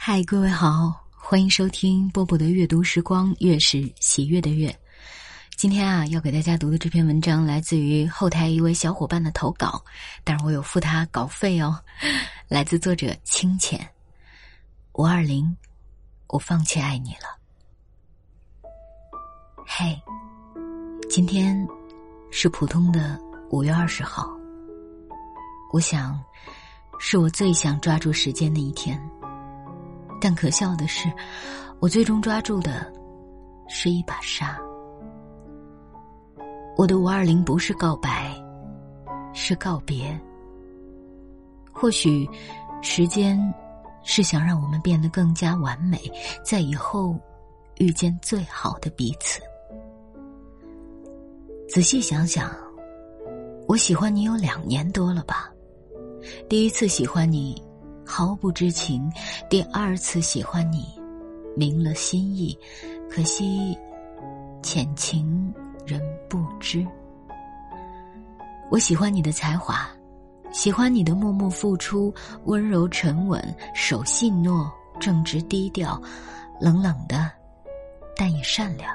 嗨，各位好，欢迎收听波波的阅读时光，月是喜悦的月。今天要给大家读的这篇文章来自于后台一位小伙伴的投稿，当然我有付他稿费哦。来自作者清浅。520，我放弃爱你了。嘿，今天是普通的5月20号，我想是我最想抓住时间的一天，但可笑的是，我最终抓住的是一把沙。我的520不是告白，是告别。或许时间是想让我们变得更加完美，在以后遇见最好的彼此。仔细想想，我喜欢你有2年多了吧。第一次喜欢你毫不知情，第2次喜欢你明了心意，可惜浅情人不知。我喜欢你的才华，喜欢你的默默付出，温柔沉稳，守信诺，正直低调，冷冷的但也善良。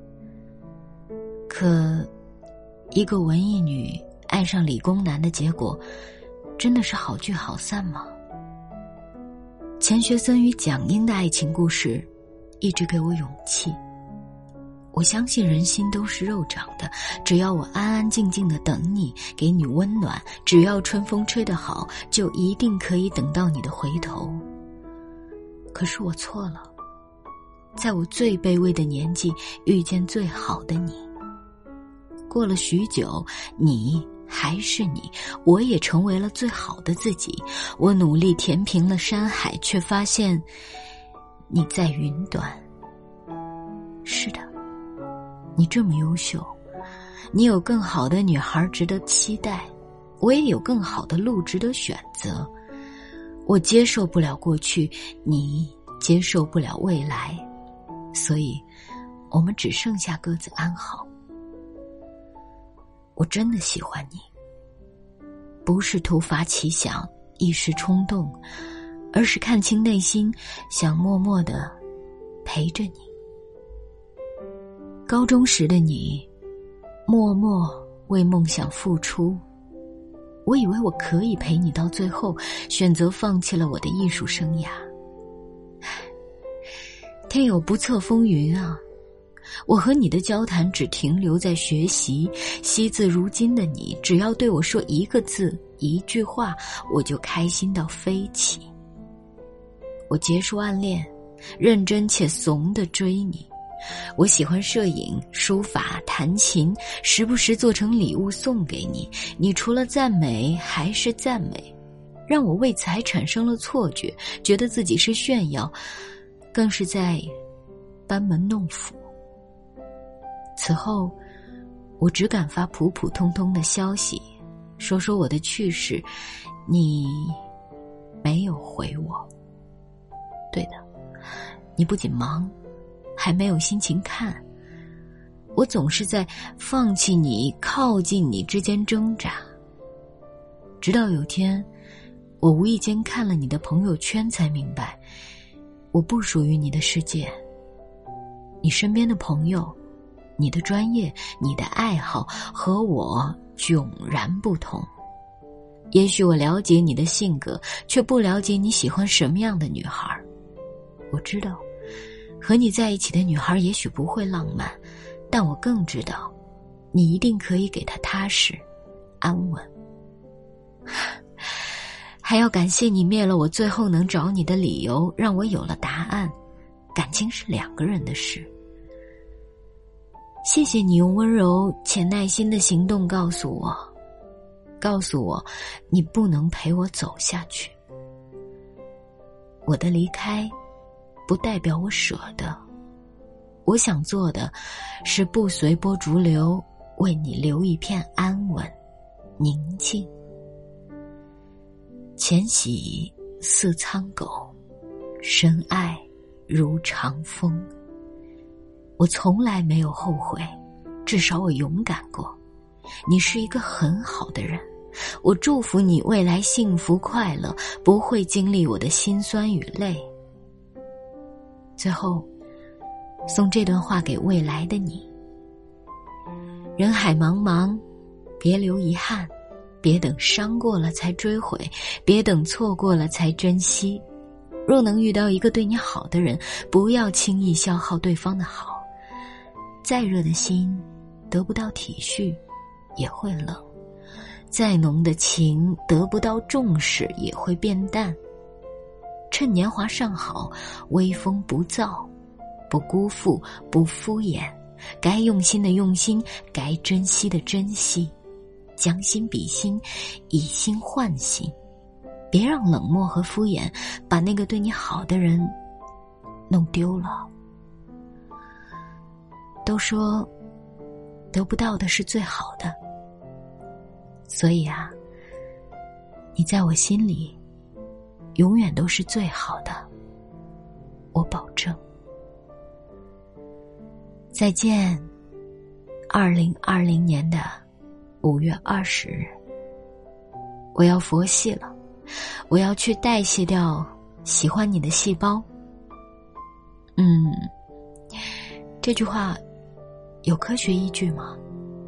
可一个文艺女爱上理工男的结果真的是好聚好散吗？钱学森与蒋英的爱情故事一直给我勇气。我相信人心都是肉长的，只要我安安静静的等你，给你温暖，只要春风吹得好，就一定可以等到你的回头。可是我错了，在我最卑微的年纪遇见最好的你。过了许久，你还是你，我也成为了最好的自己。我努力填平了山海，却发现你在云端。是的，你这么优秀，你有更好的女孩值得期待，我也有更好的路值得选择。我接受不了过去，你接受不了未来，所以我们只剩下各自安好。我真的喜欢你，不是突发奇想，一时冲动，而是看清内心，想默默地陪着你。高中时的你，默默为梦想付出，我以为我可以陪你到最后，选择放弃了我的艺术生涯。天有不测风云啊，我和你的交谈只停留在学习，惜字如金的你，只要对我说一个字，一句话，我就开心到飞起。我结束暗恋，认真且怂地追你。我喜欢摄影、书法、弹琴，时不时做成礼物送给你，你除了赞美还是赞美，让我为此还产生了错觉，觉得自己是炫耀，更是在班门弄斧。此后我只敢发普普通通的消息，说说我的趣事，你没有回我。对的，你不仅忙，还没有心情看。我总是在放弃你、靠近你之间挣扎。直到有天，我无意间看了你的朋友圈，才明白，我不属于你的世界。你身边的朋友，你的专业，你的爱好和我迥然不同。也许我了解你的性格，却不了解你喜欢什么样的女孩。我知道和你在一起的女孩也许不会浪漫，但我更知道你一定可以给她踏实安稳。还要感谢你灭了我最后能找你的理由，让我有了答案。感情是2个人的事。谢谢你用温柔且耐心的行动告诉我你不能陪我走下去。我的离开不代表我舍得，我想做的是不随波逐流，为你留一片安稳宁静。浅喜似苍狗，深爱如长风。我从来没有后悔，至少我勇敢过。你是一个很好的人，我祝福你未来幸福快乐，不会经历我的辛酸与泪。 最后送这段话给未来的你：人海茫茫，别留遗憾，别等伤过了才追悔，别等错过了才珍惜。若能遇到一个对你好的人，不要轻易消耗对方的好。再热的心得不到体恤也会冷，再浓的情得不到重视也会变淡。趁年华尚好，微风不躁，不辜负，不敷衍，该用心的用心，该珍惜的珍惜，将心比心，以心换心。别让冷漠和敷衍把那个对你好的人弄丢了。都说得不到的是最好的，所以啊，你在我心里永远都是最好的，我保证。再见，2020年的5月20日，我要佛系了，我要去代谢掉喜欢你的细胞。这句话有科学依据吗？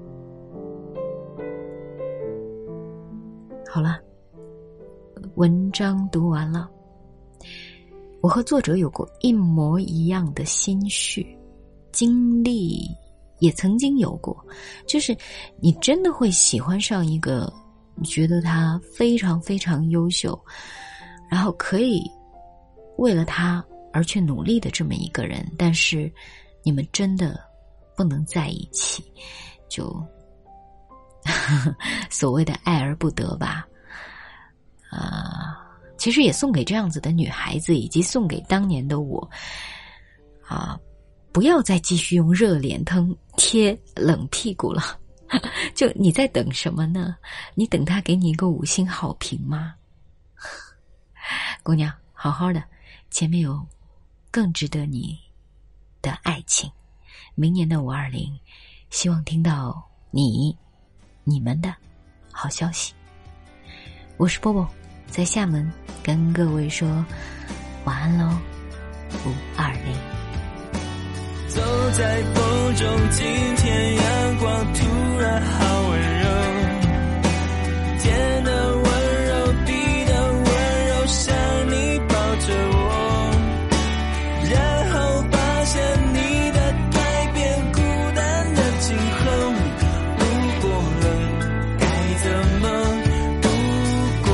好了，文章读完了。我和作者有过一模一样的心绪，经历也曾经有过，就是你真的会喜欢上一个你觉得他非常非常优秀，然后可以为了他而去努力的这么一个人，但是你们真的不能在一起，就所谓的爱而不得吧。其实也送给这样子的女孩子，以及送给当年的我不要再继续用热脸汤贴冷屁股了。就你在等什么呢？你等他给你一个5星好评吗？姑娘，好好的，前面有更值得你的爱情。明年的520，希望听到你们的好消息。我是波波，在厦门跟各位说晚安喽，520。 走在风中，今天阳光突然好温柔，天的温柔，地的温柔，像你抱着我，然后发现你的改变，孤单的今后，路过了该怎么度过？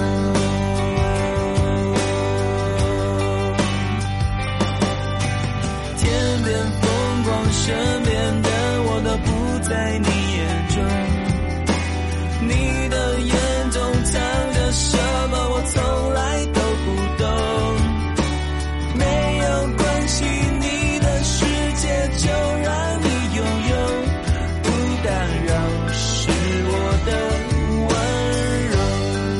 天边风光，身边的我都不在你眼中，你的眼中藏着什么，我从来都不懂。没有关系，你的世界就让你拥有，不打扰是我的温柔。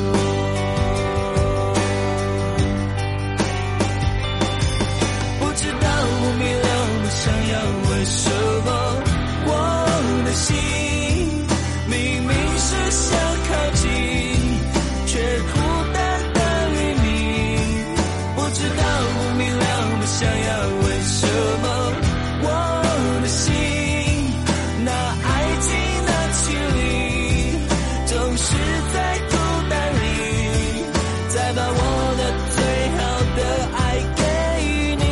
不知道，不明了，不想要，为什么我的心明明是想靠近，却孤单的黎明。不知道，不明了，不想要，为什么我的心那爱情的距离，总是在孤单里，再把我的最好的爱给你。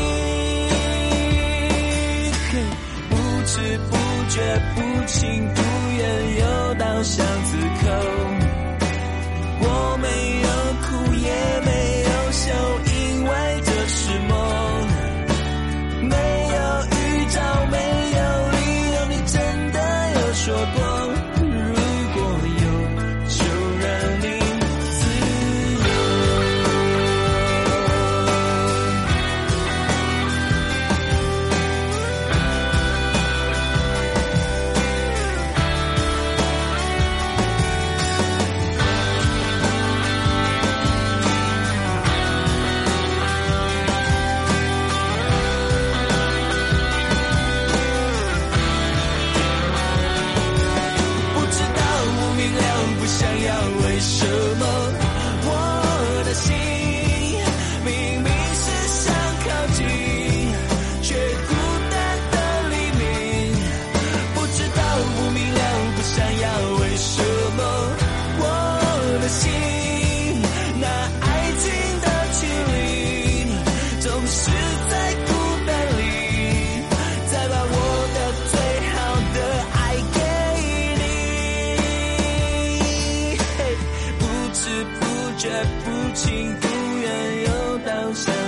不知不觉，不情不愿，又到巷子口，我没有哭也没有笑，因为这时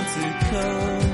此刻